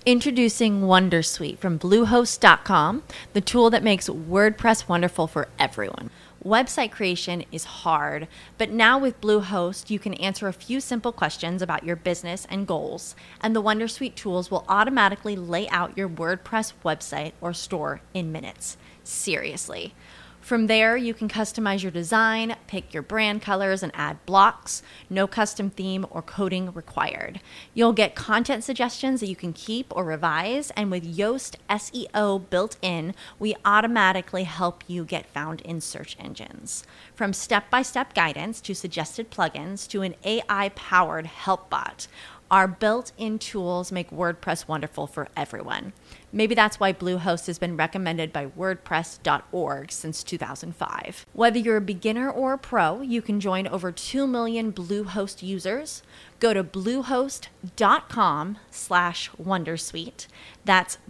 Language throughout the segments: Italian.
Introducing Wondersuite from Bluehost.com, the tool that makes WordPress wonderful for everyone. Website creation is hard, but now with Bluehost, you can answer a few simple questions about your business and goals, and the Wondersuite tools will automatically lay out your WordPress website or store in minutes. Seriously. From there, you can customize your design, pick your brand colors, and add blocks. No custom theme or coding required. You'll get content suggestions that you can keep or revise, and with Yoast SEO built in, we automatically help you get found in search engines. From step-by-step guidance to suggested plugins to an AI-powered help bot, our built-in tools make WordPress wonderful for everyone. Maybe that's why Bluehost has been recommended by WordPress.org since 2005. Whether you're a beginner or a pro, you can join over 2 million Bluehost users. Go to bluehost.com/wondersuite. That's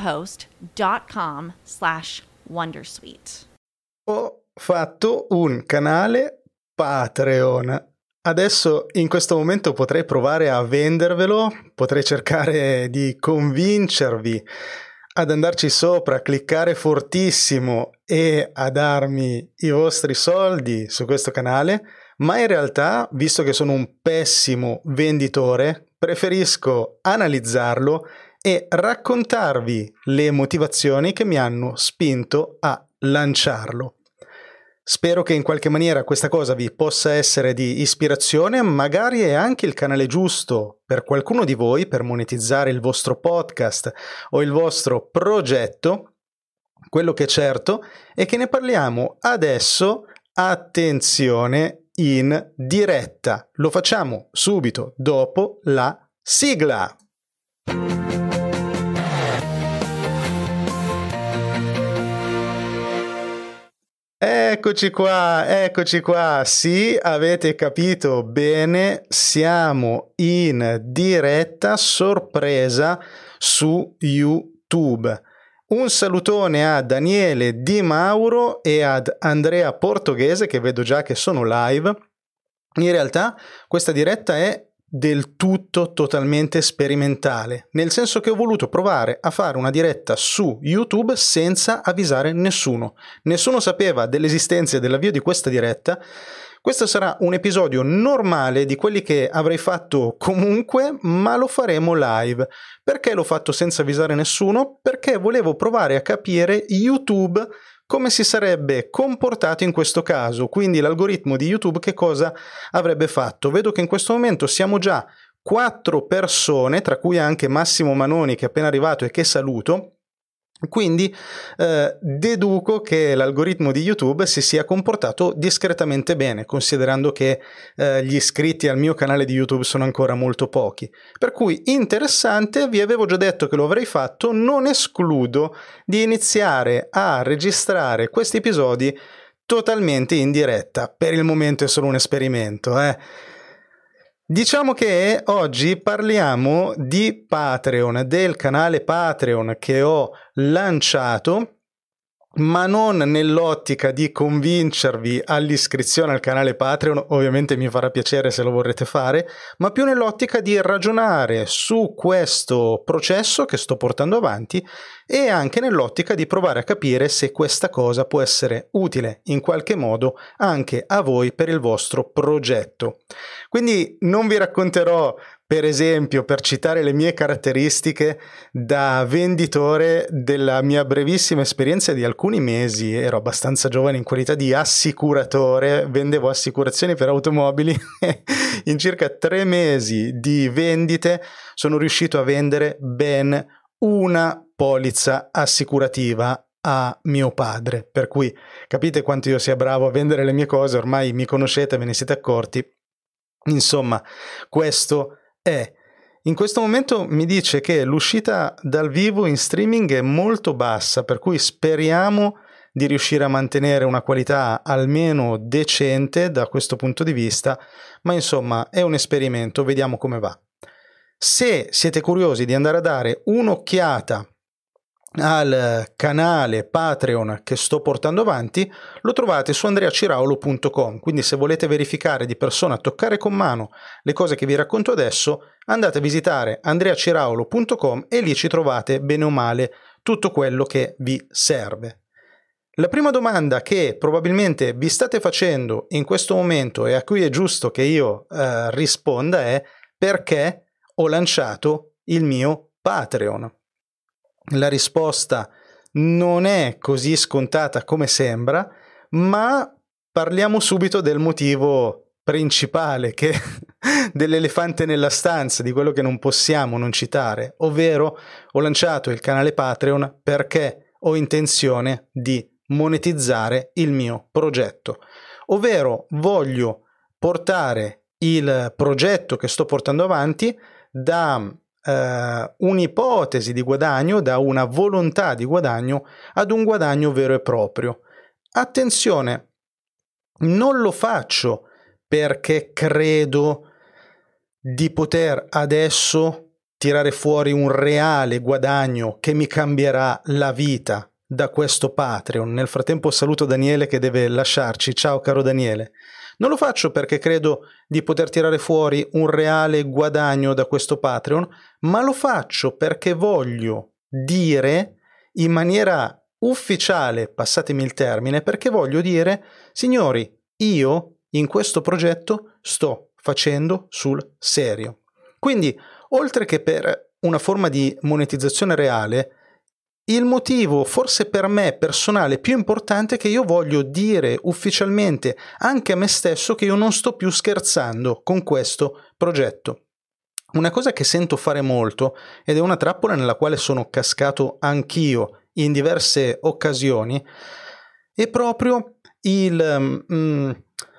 bluehost.com/wondersuite. Ho fatto un canale Patreon. Adesso in questo momento potrei provare a vendervelo, potrei cercare di convincervi ad andarci sopra, cliccare fortissimo e a darmi i vostri soldi su questo canale, ma in realtà, visto che sono un pessimo venditore, preferisco analizzarlo e raccontarvi le motivazioni che mi hanno spinto a lanciarlo. Spero che in qualche maniera questa cosa vi possa essere di ispirazione, magari è anche il canale giusto per qualcuno di voi per monetizzare il vostro podcast o il vostro progetto. Quello che è certo è che ne parliamo adesso, attenzione, in diretta. Lo facciamo subito dopo la sigla. Eccoci qua, sì, avete capito bene, siamo in diretta sorpresa su YouTube. Un salutone a Daniele Di Mauro e ad Andrea Portoghese, che vedo già che sono live. In realtà questa diretta è del tutto totalmente sperimentale, nel senso che ho voluto provare a fare una diretta su YouTube senza avvisare nessuno. Nessuno sapeva dell'esistenza e dell'avvio di questa diretta. Questo sarà un episodio normale di quelli che avrei fatto comunque, ma lo faremo live. Perché l'ho fatto senza avvisare nessuno? Perché volevo provare a capire YouTube come si sarebbe comportato in questo caso, quindi l'algoritmo di YouTube che cosa avrebbe fatto. Vedo che in questo momento siamo già 4 persone, tra cui anche Massimo Manoni che è appena arrivato e che saluto, quindi deduco che l'algoritmo di YouTube si sia comportato discretamente bene, considerando che gli iscritti al mio canale di YouTube sono ancora molto pochi. Per cui interessante, vi avevo già detto che lo avrei fatto, non escludo di iniziare a registrare questi episodi totalmente in diretta. Per il momento è solo un esperimento, Diciamo che oggi parliamo di Patreon, del canale Patreon che ho lanciato, ma non nell'ottica di convincervi all'iscrizione al canale Patreon, ovviamente mi farà piacere se lo vorrete fare, ma più nell'ottica di ragionare su questo processo che sto portando avanti e anche nell'ottica di provare a capire se questa cosa può essere utile in qualche modo anche a voi per il vostro progetto. Quindi non vi racconterò, per esempio, per citare le mie caratteristiche da venditore, della mia brevissima esperienza di alcuni mesi. Ero abbastanza giovane in qualità di assicuratore, vendevo assicurazioni per automobili. In circa 3 mesi di vendite sono riuscito a vendere ben una polizza assicurativa a mio padre, per cui capite quanto io sia bravo a vendere le mie cose, ormai mi conoscete, ve ne siete accorti. Insomma, questo è. In questo momento mi dice che l'uscita dal vivo in streaming è molto bassa, per cui speriamo di riuscire a mantenere una qualità almeno decente da questo punto di vista, ma insomma è un esperimento, vediamo come va. Se siete curiosi di andare a dare un'occhiata al canale Patreon che sto portando avanti, lo trovate su andreaciraulo.com. Quindi se volete verificare di persona, toccare con mano le cose che vi racconto adesso, andate a visitare andreaciraulo.com e lì ci trovate bene o male tutto quello che vi serve. La prima domanda che probabilmente vi state facendo in questo momento e a cui è giusto che io risponda è: perché ho lanciato il mio Patreon? La risposta non è così scontata come sembra, ma parliamo subito del motivo principale, che dell'elefante nella stanza, di quello che non possiamo non citare, ovvero ho lanciato il canale Patreon perché ho intenzione di monetizzare il mio progetto, ovvero voglio portare il progetto che sto portando avanti da un'ipotesi di guadagno, da una volontà di guadagno ad un guadagno vero e proprio. Attenzione, non lo faccio perché credo di poter adesso tirare fuori un reale guadagno che mi cambierà la vita da questo Patreon. Nel frattempo saluto Daniele che deve lasciarci. Ciao caro Daniele. Non lo faccio perché credo di poter tirare fuori un reale guadagno da questo Patreon, ma lo faccio perché voglio dire in maniera ufficiale, passatemi il termine, perché voglio dire: signori, io in questo progetto sto facendo sul serio. Quindi, oltre che per una forma di monetizzazione reale, il motivo forse per me personale più importante è che io voglio dire ufficialmente anche a me stesso che io non sto più scherzando con questo progetto. Una cosa che sento fare molto, ed è una trappola nella quale sono cascato anch'io in diverse occasioni, è proprio il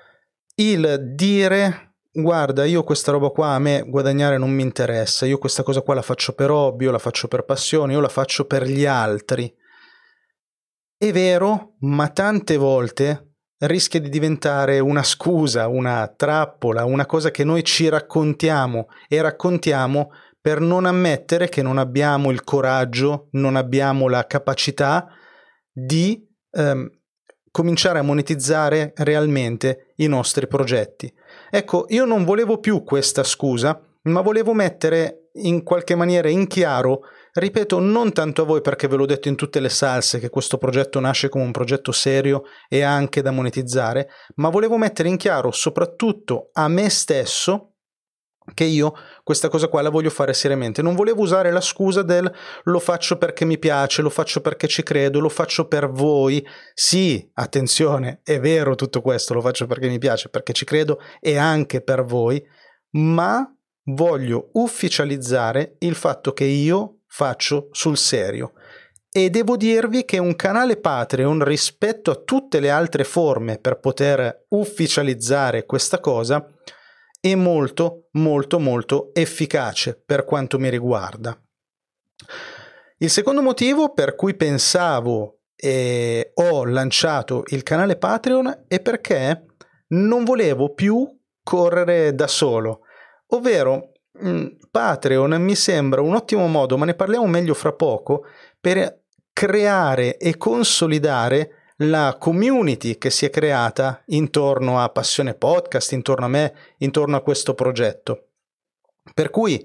dire: guarda, io questa roba qua, a me guadagnare non mi interessa, io questa cosa qua la faccio per hobby, io la faccio per passione, io la faccio per gli altri. È vero, ma tante volte rischia di diventare una scusa, una trappola, una cosa che noi ci raccontiamo e raccontiamo per non ammettere che non abbiamo il coraggio, non abbiamo la capacità di cominciare a monetizzare realmente i nostri progetti. Ecco, io non volevo più questa scusa, ma volevo mettere in qualche maniera in chiaro, ripeto, non tanto a voi perché ve l'ho detto in tutte le salse che questo progetto nasce come un progetto serio e anche da monetizzare, ma volevo mettere in chiaro soprattutto a me stesso che io questa cosa qua la voglio fare seriamente. Non volevo usare la scusa del lo faccio perché mi piace, lo faccio perché ci credo, lo faccio per voi. Sì, attenzione, è vero tutto questo, lo faccio perché mi piace, perché ci credo e anche per voi, ma voglio ufficializzare il fatto che io faccio sul serio. E devo dirvi che un canale Patreon, rispetto a tutte le altre forme per poter ufficializzare questa cosa, è molto molto molto efficace per quanto mi riguarda. Il secondo motivo per cui pensavo e ho lanciato il canale Patreon è perché non volevo più correre da solo, ovvero Patreon mi sembra un ottimo modo, ma ne parliamo meglio fra poco, per creare e consolidare la community che si è creata intorno a Passione Podcast, intorno a me, intorno a questo progetto. Per cui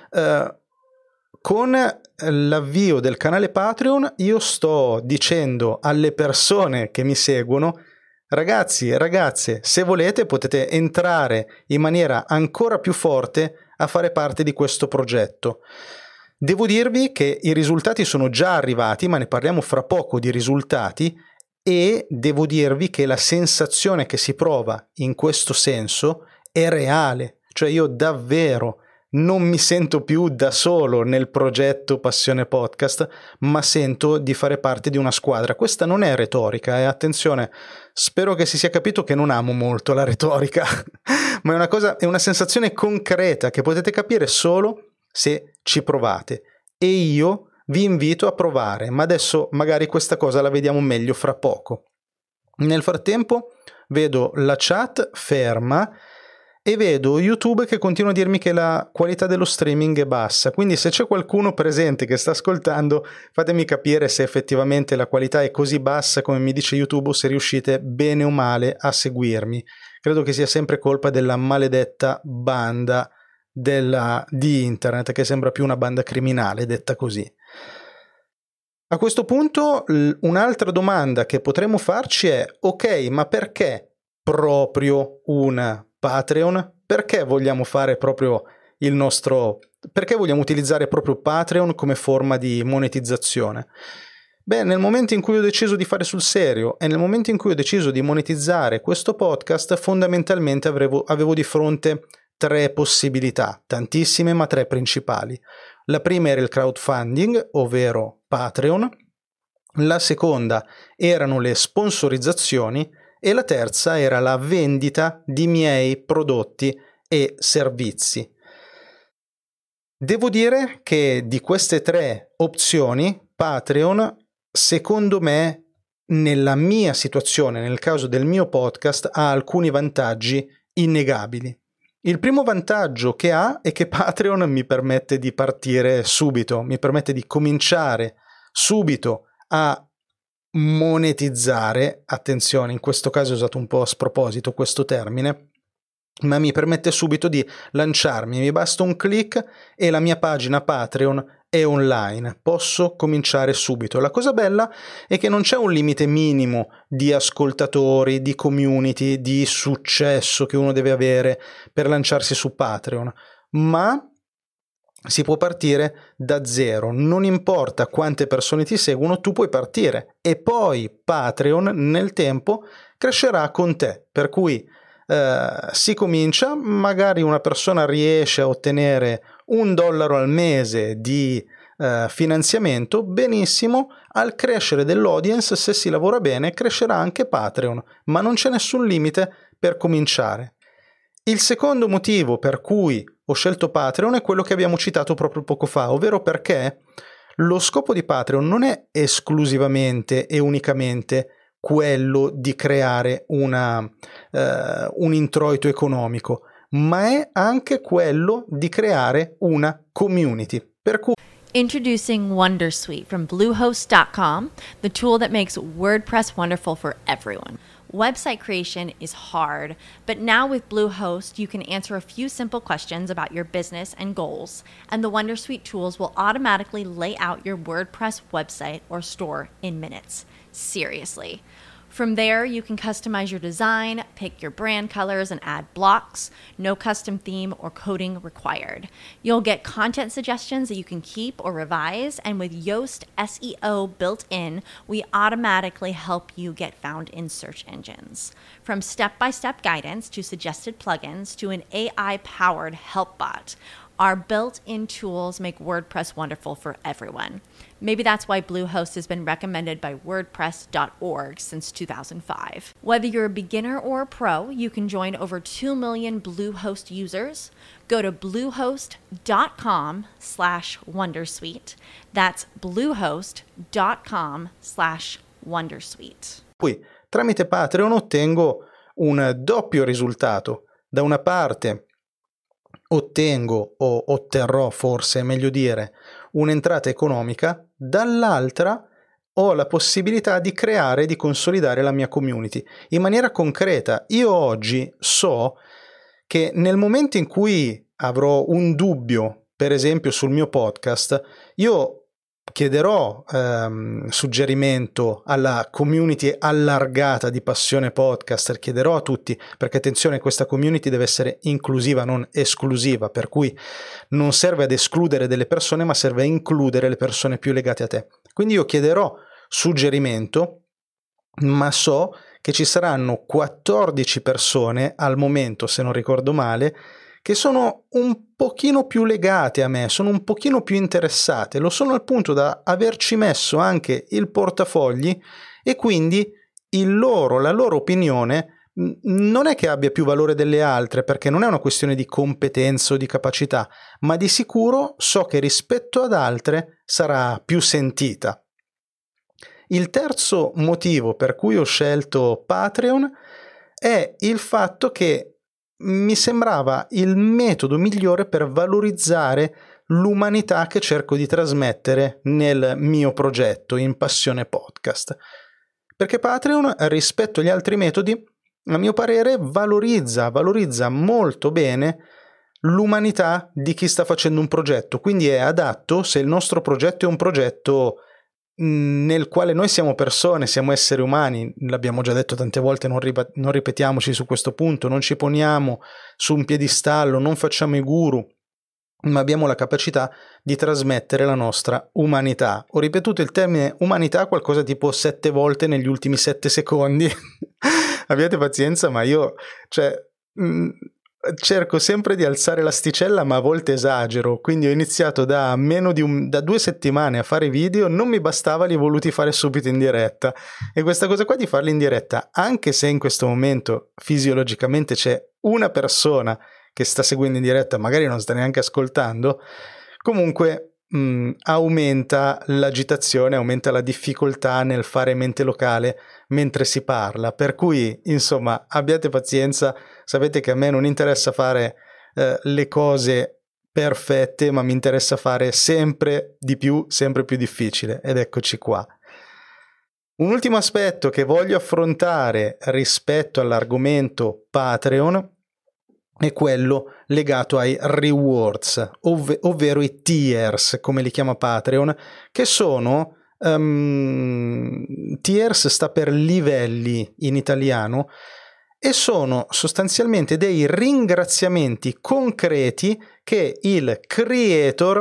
con l'avvio del canale Patreon io sto dicendo alle persone che mi seguono: ragazzi e ragazze, se volete potete entrare in maniera ancora più forte a fare parte di questo progetto. Devo dirvi che i risultati sono già arrivati, ma ne parliamo fra poco di risultati, e devo dirvi che la sensazione che si prova in questo senso è reale. Cioè io davvero non mi sento più da solo nel progetto Passione Podcast, ma sento di fare parte di una squadra. Questa non è retorica, e attenzione, spero che si sia capito che non amo molto la retorica, ma è una sensazione concreta che potete capire solo se ci provate. E io vi invito a provare, ma adesso magari questa cosa la vediamo meglio fra poco. Nel frattempo vedo la chat ferma e vedo YouTube che continua a dirmi che la qualità dello streaming è bassa, quindi se c'è qualcuno presente che sta ascoltando, fatemi capire se effettivamente la qualità è così bassa come mi dice YouTube o se riuscite bene o male a seguirmi. Credo che sia sempre colpa della maledetta banda di internet, che sembra più una banda criminale, detta così. A questo punto un'altra domanda che potremmo farci è: ok, ma perché proprio un Patreon? Perché vogliamo fare proprio perché vogliamo utilizzare proprio Patreon come forma di monetizzazione? Beh, nel momento in cui ho deciso di fare sul serio e nel momento in cui ho deciso di monetizzare questo podcast, fondamentalmente avevo di fronte 3 possibilità, tantissime ma 3 principali. La prima era il crowdfunding, ovvero Patreon, la seconda erano le sponsorizzazioni e la terza era la vendita di miei prodotti e servizi. Devo dire che di queste 3 opzioni, Patreon, secondo me, nella mia situazione, nel caso del mio podcast, ha alcuni vantaggi innegabili. Il primo vantaggio che ha è che Patreon mi permette di partire subito, mi permette di cominciare subito a monetizzare, attenzione, in questo caso ho usato un po' a sproposito questo termine, ma mi permette subito di lanciarmi, mi basta un click e la mia pagina Patreon è online, posso cominciare subito. La cosa bella è che non c'è un limite minimo di ascoltatori, di community, di successo che uno deve avere per lanciarsi su Patreon, ma si può partire da zero, non importa quante persone ti seguono, tu puoi partire e poi Patreon nel tempo crescerà con te, per cui si comincia, magari una persona riesce a ottenere $1 al mese di finanziamento, benissimo, al crescere dell'audience, se si lavora bene, crescerà anche Patreon, ma non c'è nessun limite per cominciare. Il secondo motivo per cui ho scelto Patreon è quello che abbiamo citato proprio poco fa, ovvero perché lo scopo di Patreon non è esclusivamente e unicamente quello di creare un introito economico, ma è anche quello di creare una community. Per cui Introducing Wondersuite from Bluehost.com, the tool that makes WordPress wonderful for everyone. Website creation is hard, but now with Bluehost, you can answer a few simple questions about your business and goals, and the Wondersuite tools will automatically lay out your WordPress website or store in minutes. Seriously. From there, you can customize your design, pick your brand colors, and add blocks. No custom theme or coding required. You'll get content suggestions that you can keep or revise, and with Yoast SEO built in, we automatically help you get found in search engines. From step-by-step guidance to suggested plugins to an AI-powered help bot, our built-in tools make WordPress wonderful for everyone. Maybe that's why Bluehost has been recommended by WordPress.org since 2005. Whether you're a beginner or a pro, you can join over 2 million Bluehost users. Go to bluehost.com/wondersuite. That's bluehost.com/wondersuite. Poi, tramite Patreon ottengo un doppio risultato. Da una parte ottengo o otterrò, forse è meglio dire, un'entrata economica, dall'altra ho la possibilità di creare e di consolidare la mia community in maniera concreta. Io oggi so che nel momento in cui avrò un dubbio, per esempio sul mio podcast, io chiederò suggerimento alla community allargata di Passione Podcaster, chiederò a tutti, perché attenzione, questa community deve essere inclusiva, non esclusiva, per cui non serve ad escludere delle persone, ma serve a includere le persone più legate a te. Quindi io chiederò suggerimento, ma so che ci saranno 14 persone al momento, se non ricordo male, che sono un pochino più legate a me, sono un pochino più interessate, lo sono al punto da averci messo anche il portafogli e quindi la loro opinione non è che abbia più valore delle altre, perché non è una questione di competenza o di capacità, ma di sicuro so che rispetto ad altre sarà più sentita. Il terzo motivo per cui ho scelto Patreon è il fatto che mi sembrava il metodo migliore per valorizzare l'umanità che cerco di trasmettere nel mio progetto in Passione Podcast. Perché Patreon, rispetto agli altri metodi, a mio parere valorizza molto bene l'umanità di chi sta facendo un progetto, quindi è adatto se il nostro progetto è un progetto nel quale noi siamo persone, siamo esseri umani, l'abbiamo già detto tante volte, non ripetiamoci su questo punto, non ci poniamo su un piedistallo, non facciamo i guru, ma abbiamo la capacità di trasmettere la nostra umanità. Ho ripetuto il termine umanità qualcosa tipo 7 volte negli ultimi 7 secondi. Abbiate pazienza, ma io cerco sempre di alzare l'asticella, ma a volte esagero, quindi ho iniziato da 2 settimane a fare video, non mi bastava, li ho voluti fare subito in diretta, e questa cosa qua di farli in diretta, anche se in questo momento fisiologicamente c'è una persona che sta seguendo in diretta, magari non sta neanche ascoltando, comunque aumenta l'agitazione, aumenta la difficoltà nel fare mente locale mentre si parla, per cui insomma abbiate pazienza, sapete che a me non interessa fare le cose perfette, ma mi interessa fare sempre di più, sempre più difficile, ed eccoci qua. Un ultimo aspetto che voglio affrontare rispetto all'argomento Patreon è quello legato ai rewards, ovvero i tiers, come li chiama Patreon, che sono tiers sta per livelli in italiano, e sono sostanzialmente dei ringraziamenti concreti che il creator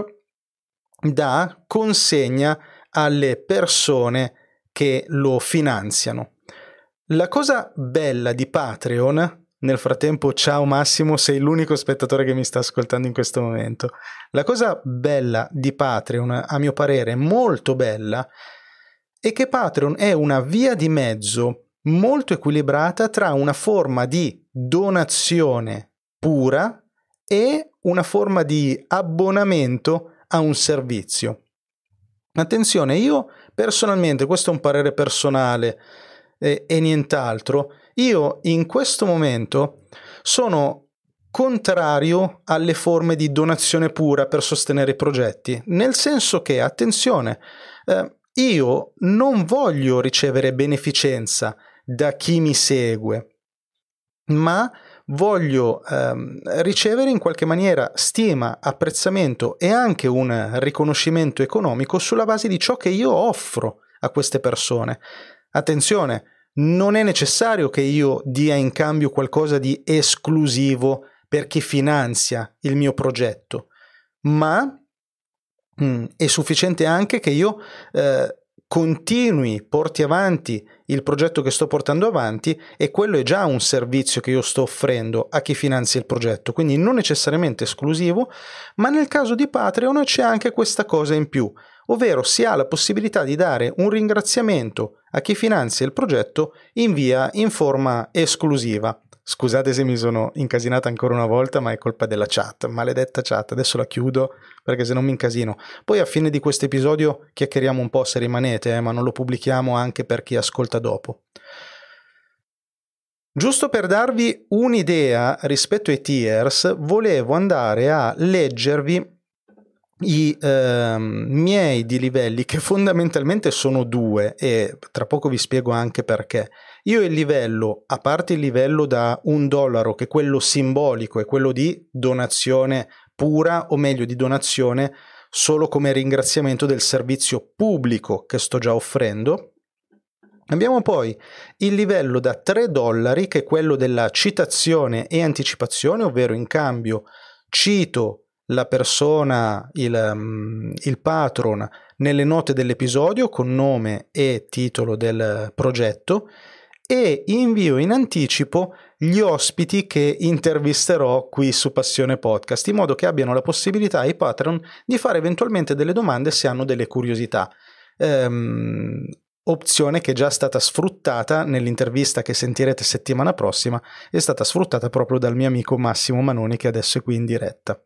consegna alle persone che lo finanziano. La cosa bella di Patreon, nel frattempo ciao Massimo, sei l'unico spettatore che mi sta ascoltando in questo momento, la cosa bella di Patreon, a mio parere molto bella, è che Patreon è una via di mezzo molto equilibrata tra una forma di donazione pura e una forma di abbonamento a un servizio. Attenzione, io personalmente, questo è un parere personale e nient'altro, io in questo momento sono contrario alle forme di donazione pura per sostenere i progetti, nel senso che, attenzione, io non voglio ricevere beneficenza da chi mi segue, ma voglio ricevere in qualche maniera stima, apprezzamento e anche un riconoscimento economico sulla base di ciò che io offro a queste persone. Attenzione, non è necessario che io dia in cambio qualcosa di esclusivo per chi finanzia il mio progetto, ma è sufficiente anche che io porti avanti il progetto che sto portando avanti, e quello è già un servizio che io sto offrendo a chi finanzia il progetto, quindi non necessariamente esclusivo, ma nel caso di Patreon c'è anche questa cosa in più, ovvero si ha la possibilità di dare un ringraziamento a chi finanzia il progetto in forma esclusiva. Scusate se mi sono incasinata ancora una volta, ma è colpa della chat, maledetta chat, adesso la chiudo perché se non mi incasino. Poi a fine di questo episodio chiacchieriamo un po' se rimanete, ma non lo pubblichiamo anche per chi ascolta dopo. Giusto per darvi un'idea rispetto ai tiers, volevo andare a leggervi i miei di livelli, che fondamentalmente sono 2, e tra poco vi spiego anche perché. Io il livello, a parte il livello da $1, che è quello simbolico, è quello di donazione pura, o meglio di donazione solo come ringraziamento del servizio pubblico che sto già offrendo. Abbiamo poi il livello da $3, che è quello della citazione e anticipazione, ovvero in cambio cito la persona, il patron, nelle note dell'episodio con nome e titolo del progetto, e invio in anticipo gli ospiti che intervisterò qui su Passione Podcast, in modo che abbiano la possibilità i patron di fare eventualmente delle domande se hanno delle curiosità. Opzione che è già stata sfruttata nell'intervista che sentirete settimana prossima, è stata sfruttata proprio dal mio amico Massimo Manoni, che adesso è qui in diretta.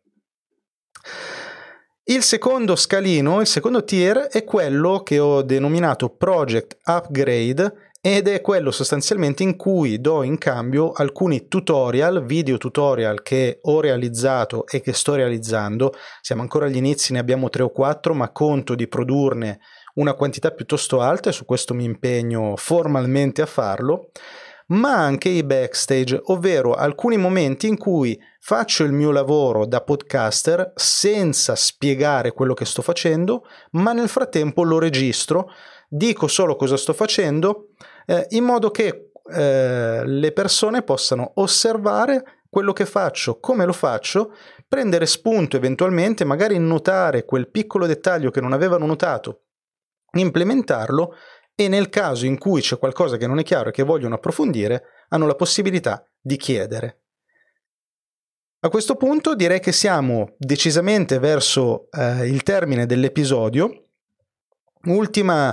Il secondo scalino, il secondo tier, è quello che ho denominato Project Upgrade, ed è quello sostanzialmente in cui do in cambio alcuni tutorial, video tutorial che ho realizzato e che sto realizzando. Siamo ancora agli inizi, ne abbiamo 3 o 4, ma conto di produrne una quantità piuttosto alta e su questo mi impegno formalmente a farlo, ma anche i backstage, ovvero alcuni momenti in cui faccio il mio lavoro da podcaster senza spiegare quello che sto facendo, ma nel frattempo lo registro, dico solo cosa sto facendo, in modo che le persone possano osservare quello che faccio, come lo faccio, prendere spunto eventualmente, magari notare quel piccolo dettaglio che non avevano notato, implementarlo, e nel caso in cui c'è qualcosa che non è chiaro e che vogliono approfondire, hanno la possibilità di chiedere. A questo punto direi che siamo decisamente verso il termine dell'episodio. Ultima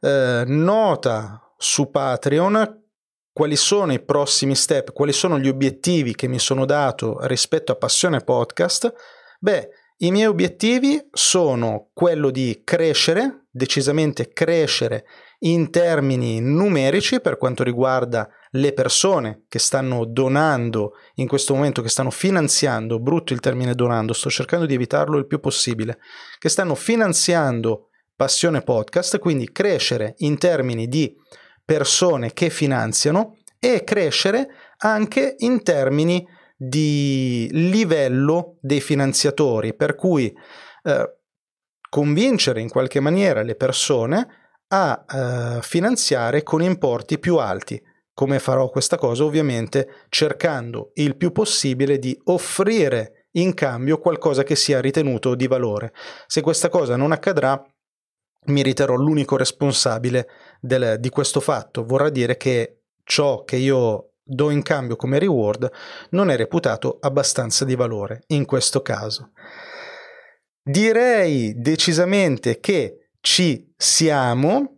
nota su Patreon: quali sono i prossimi step, quali sono gli obiettivi che mi sono dato rispetto a Passione Podcast? I miei obiettivi sono quello di crescere, decisamente crescere in termini numerici per quanto riguarda le persone che stanno donando in questo momento, che stanno finanziando, brutto il termine donando, sto cercando di evitarlo il più possibile, che stanno finanziando Passione Podcast, quindi crescere in termini di persone che finanziano e crescere anche in termini di livello dei finanziatori, per cui convincere in qualche maniera le persone a finanziare con importi più alti. Come farò questa cosa? Ovviamente cercando il più possibile di offrire in cambio qualcosa che sia ritenuto di valore. Se questa cosa non accadrà, mi riterrò l'unico responsabile di questo fatto. Vorrà dire che ciò che io do in cambio come reward non è reputato abbastanza di valore in questo caso. Direi decisamente che ci siamo.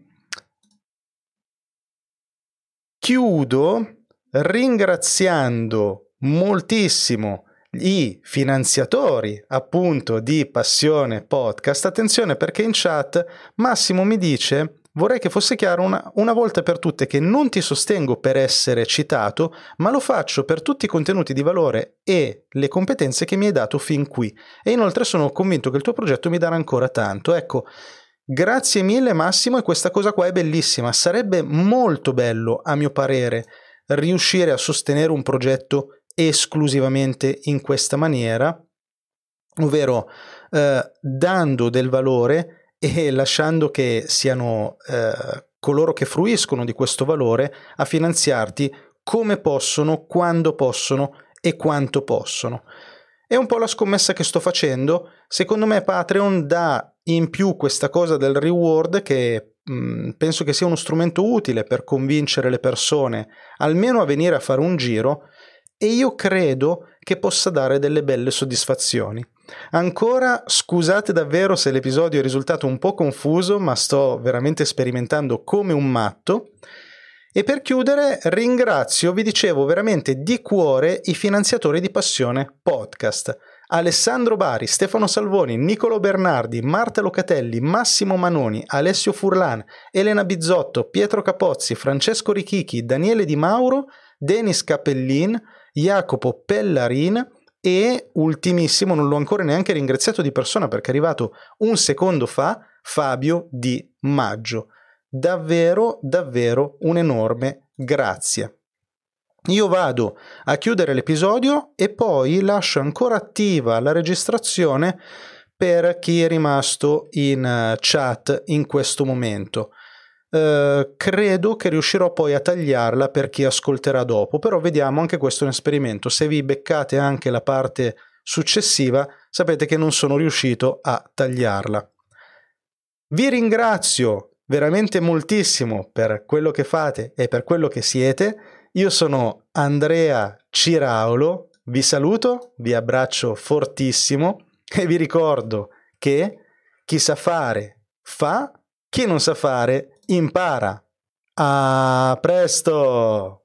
Chiudo ringraziando moltissimo i finanziatori appunto di Passione Podcast. Attenzione, perché in chat Massimo mi dice: vorrei che fosse chiaro una volta per tutte che non ti sostengo per essere citato, ma lo faccio per tutti i contenuti di valore e le competenze che mi hai dato fin qui, e inoltre sono convinto che il tuo progetto mi darà ancora tanto. Ecco, grazie mille Massimo, e questa cosa qua è bellissima. Sarebbe molto bello, a mio parere, riuscire a sostenere un progetto esclusivamente in questa maniera, ovvero dando del valore e lasciando che siano coloro che fruiscono di questo valore a finanziarti come possono, quando possono e quanto possono. È un po' la scommessa che sto facendo. Secondo me Patreon dà in più questa cosa del reward, che penso che sia uno strumento utile per convincere le persone almeno a venire a fare un giro, e io credo che possa dare delle belle soddisfazioni. Ancora scusate davvero se l'episodio è risultato un po' confuso, ma sto veramente sperimentando come un matto. E per chiudere ringrazio, vi dicevo, veramente di cuore i finanziatori di Passione Podcast: Alessandro Bari, Stefano Salvoni, Nicolo Bernardi, Marta Locatelli, Massimo Manoni, Alessio Furlan, Elena Bizzotto, Pietro Capozzi, Francesco Richichi, Daniele Di Mauro, Denis Capellin, Jacopo Pellarin e, ultimissimo, non l'ho ancora neanche ringraziato di persona perché è arrivato un secondo fa, Fabio Di Maggio. Davvero, davvero un enorme grazie. Io vado a chiudere l'episodio e poi lascio ancora attiva la registrazione per chi è rimasto in chat in questo momento. Credo che riuscirò poi a tagliarla per chi ascolterà dopo, però vediamo, anche questo è un esperimento. Se vi beccate anche la parte successiva, sapete che non sono riuscito a tagliarla. Vi ringrazio veramente moltissimo per quello che fate e per quello che siete. Io sono Andrea Ciraulo, vi saluto, vi abbraccio fortissimo e vi ricordo che chi sa fare fa, chi non sa fare impara. A presto!